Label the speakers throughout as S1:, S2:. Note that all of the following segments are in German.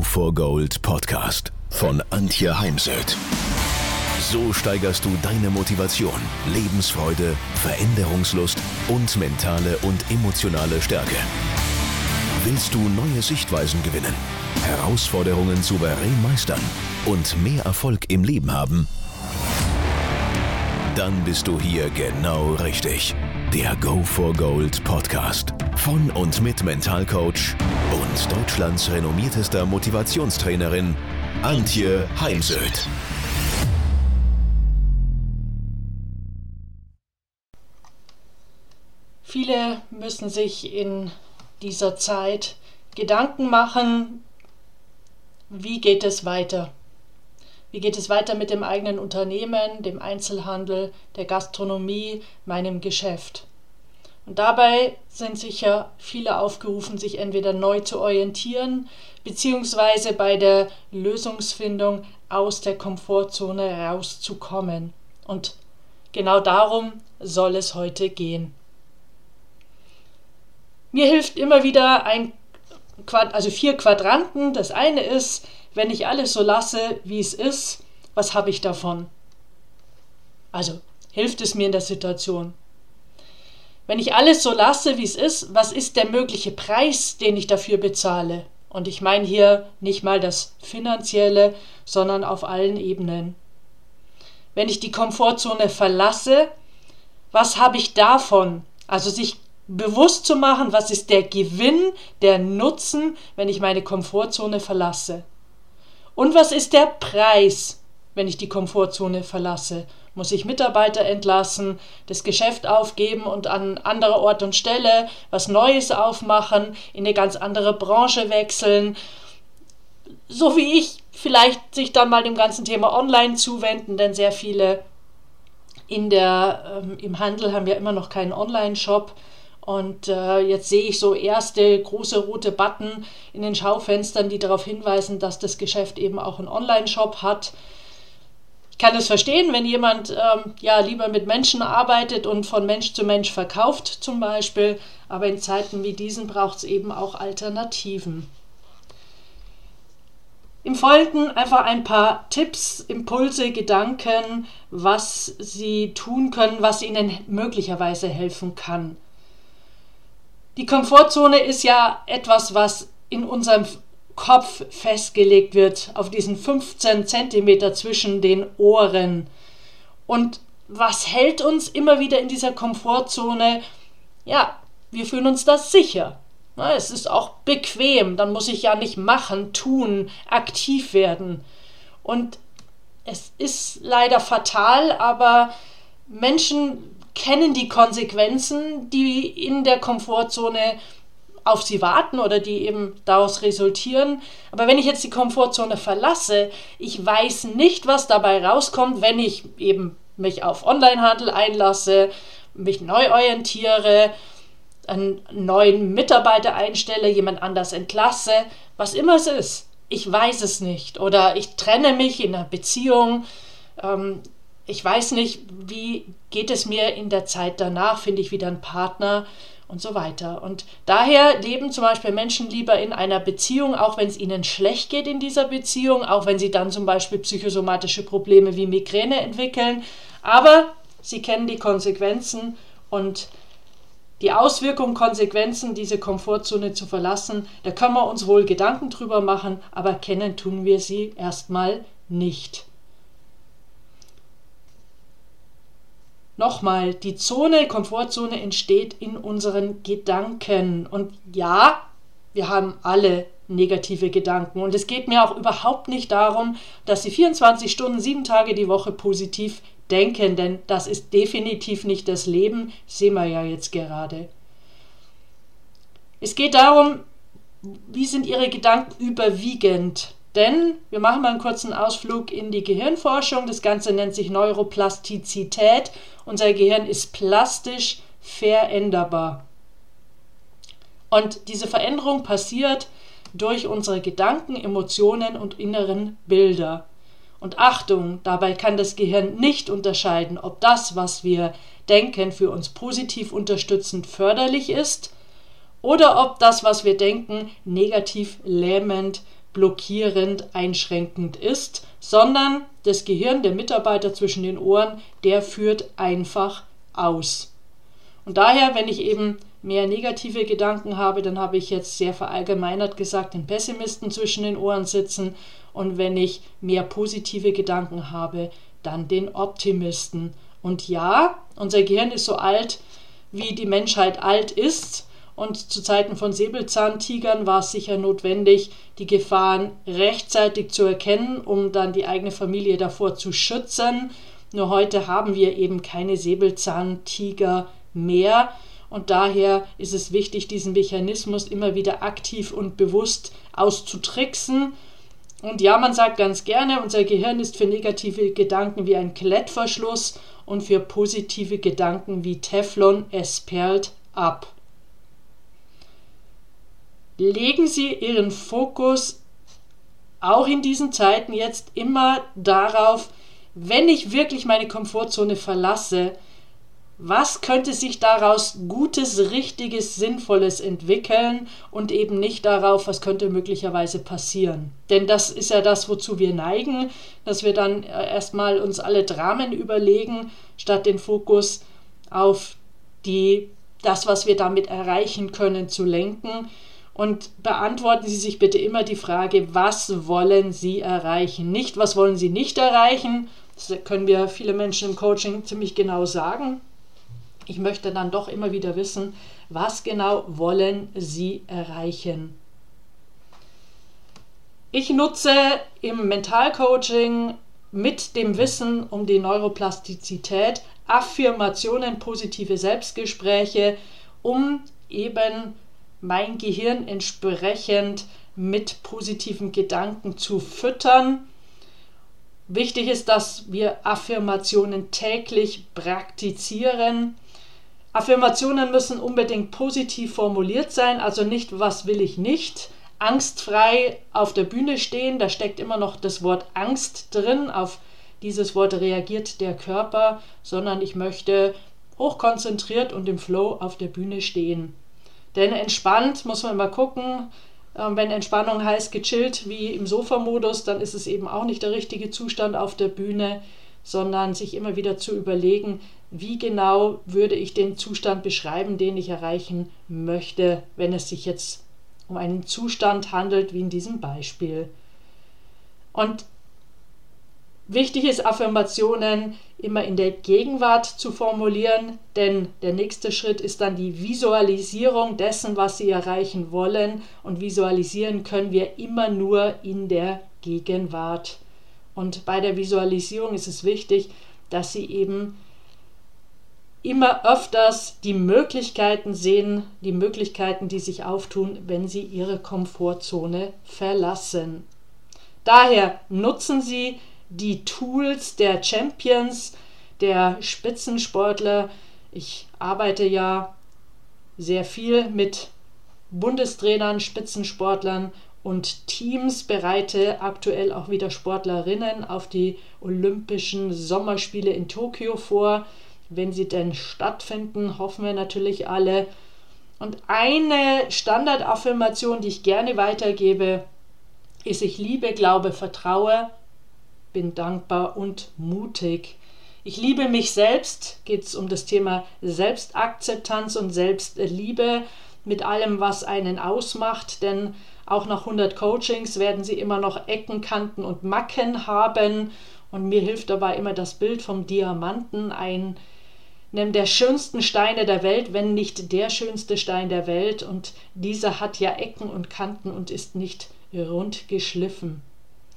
S1: for Gold Podcast von Antje Heimsöth. So steigerst du deine Motivation, Lebensfreude, Veränderungslust und mentale und emotionale Stärke. Willst du neue Sichtweisen gewinnen, Herausforderungen souverän meistern und mehr Erfolg im Leben haben? Dann bist du hier genau richtig. Der Go for Gold Podcast von und mit Mentalcoach und Deutschlands renommiertester Motivationstrainerin Antje Heimsöth.
S2: Viele müssen sich in dieser Zeit Gedanken machen, wie geht es weiter? Wie geht es weiter mit dem eigenen Unternehmen, dem Einzelhandel, der Gastronomie, meinem Geschäft? Und dabei sind sicher viele aufgerufen, sich entweder neu zu orientieren, beziehungsweise bei der Lösungsfindung aus der Komfortzone rauszukommen. Und genau darum soll es heute gehen. Mir hilft immer wieder 4 Quadranten. Das eine ist, wenn ich alles so lasse, wie es ist, was habe ich davon? Also, hilft es mir in der Situation? Wenn ich alles so lasse, wie es ist, was ist der mögliche Preis, den ich dafür bezahle? Und ich meine hier nicht mal das Finanzielle, sondern auf allen Ebenen. Wenn ich die Komfortzone verlasse, was habe ich davon? Also sich bewusst zu machen, was ist der Gewinn, der Nutzen, wenn ich meine Komfortzone verlasse? Und was ist der Preis, wenn ich die Komfortzone verlasse? Muss ich Mitarbeiter entlassen, das Geschäft aufgeben und an anderer Ort und Stelle was Neues aufmachen, in eine ganz andere Branche wechseln? So wie ich, vielleicht sich dann mal dem ganzen Thema Online zuwenden, denn sehr viele im Handel haben ja immer noch keinen Online-Shop. Und jetzt sehe ich so erste große rote Button in den Schaufenstern, die darauf hinweisen, dass das Geschäft eben auch einen Online-Shop hat. Ich kann es verstehen, wenn jemand lieber mit Menschen arbeitet und von Mensch zu Mensch verkauft zum Beispiel. Aber in Zeiten wie diesen braucht es eben auch Alternativen. Im Folgenden einfach ein paar Tipps, Impulse, Gedanken, was Sie tun können, was Ihnen möglicherweise helfen kann. Die Komfortzone ist ja etwas, was in unserem Kopf festgelegt wird, auf diesen 15 Zentimeter zwischen den Ohren. Und was hält uns immer wieder in dieser Komfortzone? Ja, wir fühlen uns da sicher. Es ist auch bequem, dann muss ich ja nicht machen, tun, aktiv werden. Und es ist leider fatal, aber Menschen kennen die Konsequenzen, die in der Komfortzone auf sie warten oder die eben daraus resultieren. Aber wenn ich jetzt die Komfortzone verlasse, ich weiß nicht, was dabei rauskommt, wenn ich eben mich auf Onlinehandel einlasse, mich neu orientiere, einen neuen Mitarbeiter einstelle, jemand anders entlasse, was immer es ist. Ich weiß es nicht. Oder ich trenne mich in einer Beziehung, ich weiß nicht, wie geht es mir in der Zeit danach, finde ich wieder einen Partner und so weiter. Und daher leben zum Beispiel Menschen lieber in einer Beziehung, auch wenn es ihnen schlecht geht in dieser Beziehung, auch wenn sie dann zum Beispiel psychosomatische Probleme wie Migräne entwickeln. Aber sie kennen die Konsequenzen und die Auswirkungen, Konsequenzen, diese Komfortzone zu verlassen, da können wir uns wohl Gedanken drüber machen, aber kennen tun wir sie erstmal nicht. Nochmal, die Komfortzone entsteht in unseren Gedanken. Und ja, wir haben alle negative Gedanken. Und es geht mir auch überhaupt nicht darum, dass Sie 24 Stunden, 7 Tage die Woche positiv denken, denn das ist definitiv nicht das Leben, sehen wir ja jetzt gerade. Es geht darum, wie sind Ihre Gedanken überwiegend? Denn wir machen mal einen kurzen Ausflug in die Gehirnforschung. Das Ganze nennt sich Neuroplastizität. Unser Gehirn ist plastisch veränderbar. Und diese Veränderung passiert durch unsere Gedanken, Emotionen und inneren Bilder. Und Achtung, dabei kann das Gehirn nicht unterscheiden, ob das, was wir denken, für uns positiv unterstützend förderlich ist oder ob das, was wir denken, negativ lähmend blockierend, einschränkend ist, sondern das Gehirn, der Mitarbeiter zwischen den Ohren, der führt einfach aus. Und daher, wenn ich eben mehr negative Gedanken habe, dann habe ich jetzt sehr verallgemeinert gesagt, den Pessimisten zwischen den Ohren sitzen, und wenn ich mehr positive Gedanken habe, dann den Optimisten. Und ja, unser Gehirn ist so alt, wie die Menschheit alt ist, und zu Zeiten von Säbelzahntigern war es sicher notwendig, die Gefahren rechtzeitig zu erkennen, um dann die eigene Familie davor zu schützen. Nur heute haben wir eben keine Säbelzahntiger mehr, und daher ist es wichtig, diesen Mechanismus immer wieder aktiv und bewusst auszutricksen. Und ja, man sagt ganz gerne, unser Gehirn ist für negative Gedanken wie ein Klettverschluss und für positive Gedanken wie Teflon, es perlt ab. Legen Sie Ihren Fokus auch in diesen Zeiten jetzt immer darauf, wenn ich wirklich meine Komfortzone verlasse, was könnte sich daraus Gutes, Richtiges, Sinnvolles entwickeln, und eben nicht darauf, was könnte möglicherweise passieren. Denn das ist ja das, wozu wir neigen, dass wir dann erstmal uns alle Dramen überlegen, statt den Fokus auf das, was wir damit erreichen können, zu lenken. Und beantworten Sie sich bitte immer die Frage, was wollen Sie erreichen? Nicht, was wollen Sie nicht erreichen? Das können wir viele Menschen im Coaching ziemlich genau sagen. Ich möchte dann doch immer wieder wissen, was genau wollen Sie erreichen? Ich nutze im Mentalcoaching mit dem Wissen um die Neuroplastizität Affirmationen, positive Selbstgespräche, um eben mein Gehirn entsprechend mit positiven Gedanken zu füttern. Wichtig ist, dass wir Affirmationen täglich praktizieren. Affirmationen müssen unbedingt positiv formuliert sein, also nicht, was will ich nicht. Angstfrei auf der Bühne stehen, da steckt immer noch das Wort Angst drin, auf dieses Wort reagiert der Körper, sondern ich möchte hochkonzentriert und im Flow auf der Bühne stehen. Denn entspannt muss man immer gucken, wenn Entspannung heißt gechillt wie im Sofamodus, dann ist es eben auch nicht der richtige Zustand auf der Bühne, sondern sich immer wieder zu überlegen, wie genau würde ich den Zustand beschreiben, den ich erreichen möchte, wenn es sich jetzt um einen Zustand handelt, wie in diesem Beispiel. Und wichtig ist, Affirmationen immer in der Gegenwart zu formulieren, denn der nächste Schritt ist dann die Visualisierung dessen, was Sie erreichen wollen. Und visualisieren können wir immer nur in der Gegenwart. Und bei der Visualisierung ist es wichtig, dass Sie eben immer öfters die Möglichkeiten sehen, die Möglichkeiten, die sich auftun, wenn Sie Ihre Komfortzone verlassen. Daher nutzen Sie die Tools der Champions, der Spitzensportler. Ich arbeite ja sehr viel mit Bundestrainern, Spitzensportlern und Teams, bereite aktuell auch wieder Sportlerinnen auf die Olympischen Sommerspiele in Tokio vor. Wenn sie denn stattfinden, hoffen wir natürlich alle. Und eine Standardaffirmation, die ich gerne weitergebe, ist: Ich liebe, glaube, vertraue, bin dankbar und mutig. Ich liebe mich selbst, geht es um das Thema Selbstakzeptanz und Selbstliebe mit allem, was einen ausmacht, denn auch nach 100 Coachings werden Sie immer noch Ecken, Kanten und Macken haben, und mir hilft dabei immer das Bild vom Diamanten, einem der schönsten Steine der Welt, wenn nicht der schönste Stein der Welt, und dieser hat ja Ecken und Kanten und ist nicht rund geschliffen.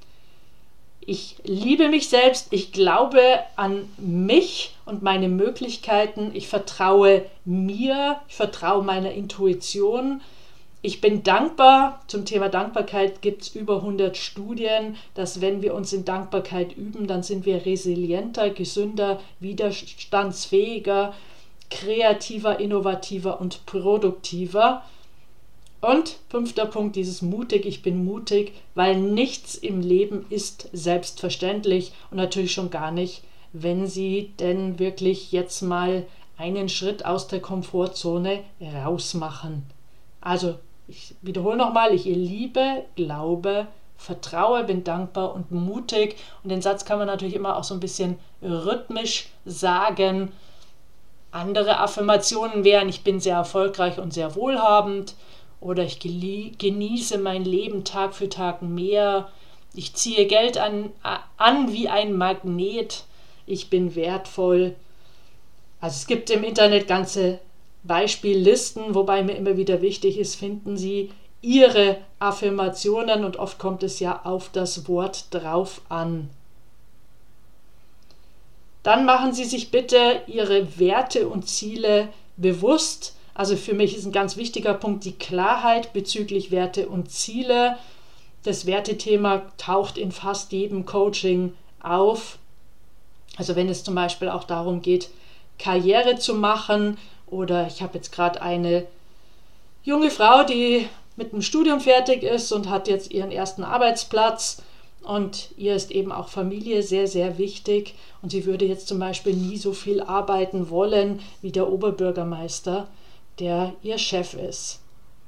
S2: Ich liebe mich selbst, ich glaube an mich und meine Möglichkeiten, ich vertraue mir, ich vertraue meiner Intuition. Ich bin dankbar. Zum Thema Dankbarkeit gibt es über 100 Studien, dass wenn wir uns in Dankbarkeit üben, dann sind wir resilienter, gesünder, widerstandsfähiger, kreativer, innovativer und produktiver. Und 5. Punkt, dieses mutig, ich bin mutig, weil nichts im Leben ist selbstverständlich, und natürlich schon gar nicht, wenn Sie denn wirklich jetzt mal einen Schritt aus der Komfortzone rausmachen. Also, ich wiederhole nochmal, ich liebe, glaube, vertraue, bin dankbar und mutig. Und den Satz kann man natürlich immer auch so ein bisschen rhythmisch sagen. Andere Affirmationen wären: Ich bin sehr erfolgreich und sehr wohlhabend, oder ich genieße mein Leben Tag für Tag mehr. Ich ziehe Geld an wie ein Magnet. Ich bin wertvoll. Also es gibt im Internet ganze Beispiellisten, wobei mir immer wieder wichtig ist, finden Sie Ihre Affirmationen, und oft kommt es ja auf das Wort drauf an. Dann machen Sie sich bitte Ihre Werte und Ziele bewusst. Also für mich ist ein ganz wichtiger Punkt die Klarheit bezüglich Werte und Ziele. Das Wertethema taucht in fast jedem Coaching auf. Also wenn es zum Beispiel auch darum geht, Karriere zu machen, oder ich habe jetzt gerade eine junge Frau, die mit dem Studium fertig ist und hat jetzt ihren ersten Arbeitsplatz, und ihr ist eben auch Familie sehr, sehr wichtig, und sie würde jetzt zum Beispiel nie so viel arbeiten wollen wie der Oberbürgermeister, der ihr Chef ist.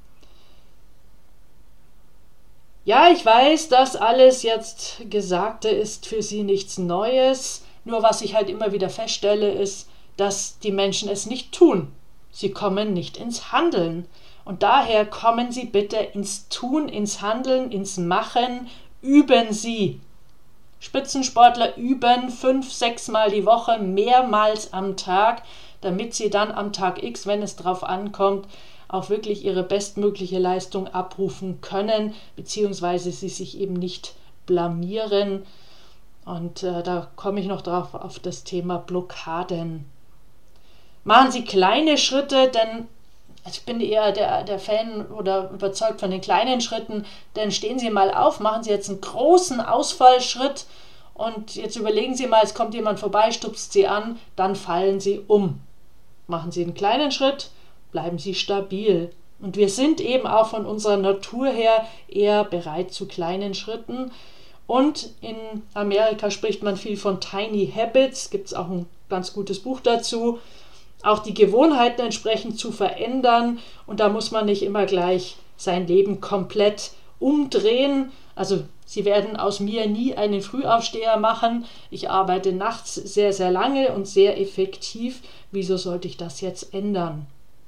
S2: Ja, ich weiß, das alles jetzt Gesagte ist für sie nichts Neues, nur was ich halt immer wieder feststelle, ist, dass die Menschen es nicht tun. Sie kommen nicht ins Handeln. Und daher kommen Sie bitte ins Tun, ins Handeln, ins Machen. Üben Sie. Spitzensportler üben 5-6 Mal die Woche, mehrmals am Tag, damit sie dann am Tag X, wenn es drauf ankommt, auch wirklich ihre bestmögliche Leistung abrufen können, beziehungsweise sie sich eben nicht blamieren. Und da komme ich noch drauf auf das Thema Blockaden. Machen Sie kleine Schritte, denn ich bin eher der Fan oder überzeugt von den kleinen Schritten, denn stehen Sie mal auf, machen Sie jetzt einen großen Ausfallschritt und jetzt überlegen Sie mal, es kommt jemand vorbei, stupst Sie an, dann fallen Sie um. Machen Sie einen kleinen Schritt, bleiben Sie stabil. Und wir sind eben auch von unserer Natur her eher bereit zu kleinen Schritten. Und in Amerika spricht man viel von Tiny Habits, gibt es auch ein ganz gutes Buch dazu. Auch die Gewohnheiten entsprechend zu verändern, und da muss man nicht immer gleich sein Leben komplett umdrehen. Also Sie werden aus mir nie einen Frühaufsteher machen. Ich arbeite nachts sehr, sehr lange und sehr effektiv. Wieso sollte ich das jetzt ändern?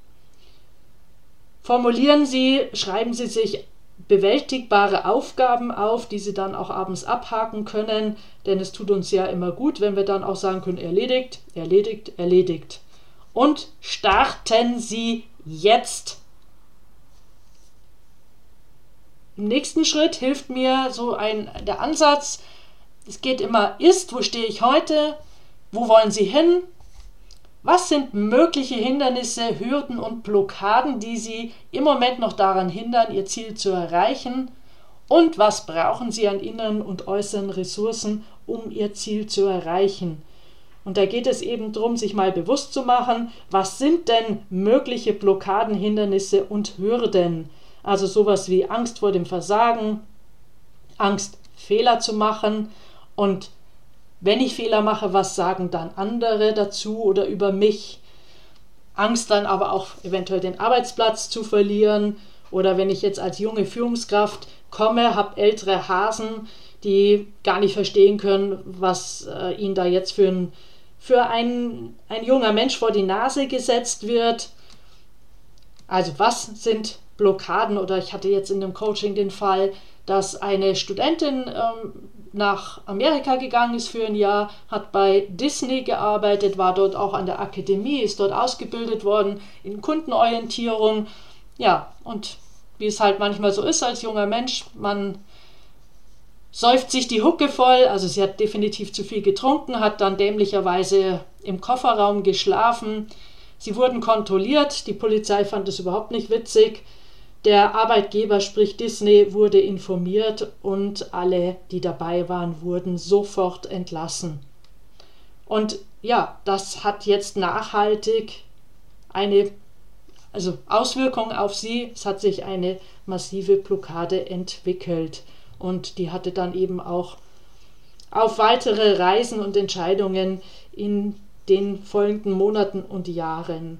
S2: Formulieren Sie, schreiben Sie sich bewältigbare Aufgaben auf, die Sie dann auch abends abhaken können, denn es tut uns ja immer gut, wenn wir dann auch sagen können: erledigt, erledigt, erledigt. Und starten Sie jetzt. Im nächsten Schritt hilft mir so der Ansatz, es geht immer: wo stehe ich heute, wo wollen Sie hin, was sind mögliche Hindernisse, Hürden und Blockaden, die Sie im Moment noch daran hindern, Ihr Ziel zu erreichen, und was brauchen Sie an inneren und äußeren Ressourcen, um Ihr Ziel zu erreichen. Und da geht es eben darum, sich mal bewusst zu machen, was sind denn mögliche Blockaden, Hindernisse und Hürden. Also sowas wie Angst vor dem Versagen, Angst, Fehler zu machen, und wenn ich Fehler mache, was sagen dann andere dazu oder über mich? Angst dann aber auch eventuell den Arbeitsplatz zu verlieren, oder wenn ich jetzt als junge Führungskraft komme, habe ältere Hasen, die gar nicht verstehen können, was ihnen da jetzt für ein junger Mensch vor die Nase gesetzt wird. Also was sind Blockaden? Oder ich hatte jetzt in dem Coaching den Fall, dass eine Studentin nach Amerika gegangen ist für ein Jahr, hat bei Disney gearbeitet, war dort auch an der Akademie, ist dort ausgebildet worden in Kundenorientierung. Ja, und wie es halt manchmal so ist als junger Mensch, man säuft sich die Hucke voll, also sie hat definitiv zu viel getrunken, hat dann dämlicherweise im Kofferraum geschlafen. Sie wurden kontrolliert, die Polizei fand es überhaupt nicht witzig. Der Arbeitgeber, sprich Disney, wurde informiert, und alle, die dabei waren, wurden sofort entlassen. Und ja, das hat jetzt nachhaltig eine Auswirkung auf sie. Es hat sich eine massive Blockade entwickelt. Und die hatte dann eben auch auf weitere Reisen und Entscheidungen in den folgenden Monaten und Jahren.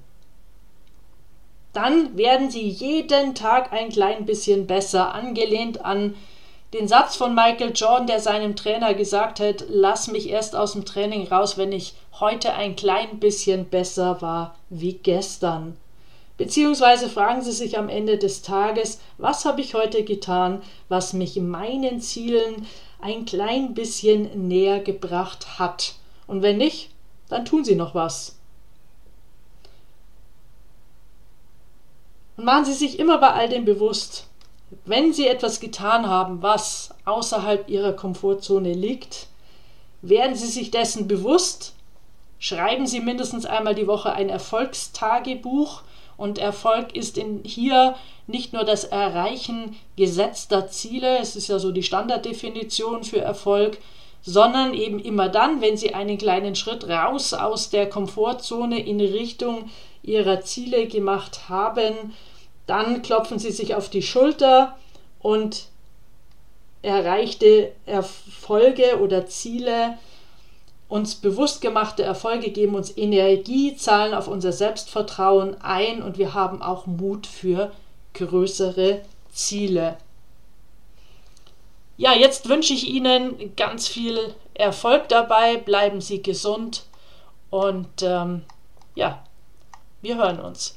S2: Dann werden Sie jeden Tag ein klein bisschen besser, angelehnt an den Satz von Michael Jordan, der seinem Trainer gesagt hat, lass mich erst aus dem Training raus, wenn ich heute ein klein bisschen besser war wie gestern. Beziehungsweise fragen Sie sich am Ende des Tages, was habe ich heute getan, was mich meinen Zielen ein klein bisschen näher gebracht hat. Und wenn nicht, dann tun Sie noch was. Und machen Sie sich immer bei all dem bewusst, wenn Sie etwas getan haben, was außerhalb Ihrer Komfortzone liegt, werden Sie sich dessen bewusst, schreiben Sie mindestens einmal die Woche ein Erfolgstagebuch. Und Erfolg ist hier nicht nur das Erreichen gesetzter Ziele, es ist ja so die Standarddefinition für Erfolg, sondern eben immer dann, wenn Sie einen kleinen Schritt raus aus der Komfortzone in Richtung Ihrer Ziele gemacht haben, dann klopfen Sie sich auf die Schulter und erreichte Erfolge oder Ziele, uns bewusst gemachte Erfolge geben uns Energie, zahlen auf unser Selbstvertrauen ein und wir haben auch Mut für größere Ziele. Ja, jetzt wünsche ich Ihnen ganz viel Erfolg dabei, bleiben Sie gesund und wir hören uns.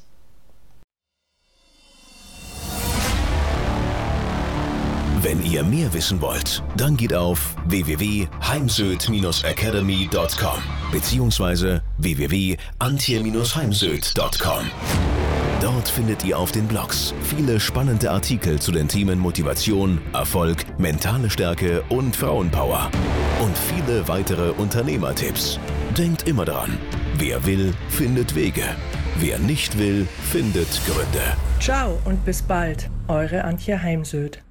S1: Wenn ihr mehr wissen wollt, dann geht auf www.heimsöd-academy.com bzw. www.antje-heimsöd.com. Dort findet ihr auf den Blogs viele spannende Artikel zu den Themen Motivation, Erfolg, mentale Stärke und Frauenpower. Und viele weitere Unternehmertipps. Denkt immer daran, wer will, findet Wege. Wer nicht will, findet Gründe.
S3: Ciao und bis bald, eure Antje Heimsöd.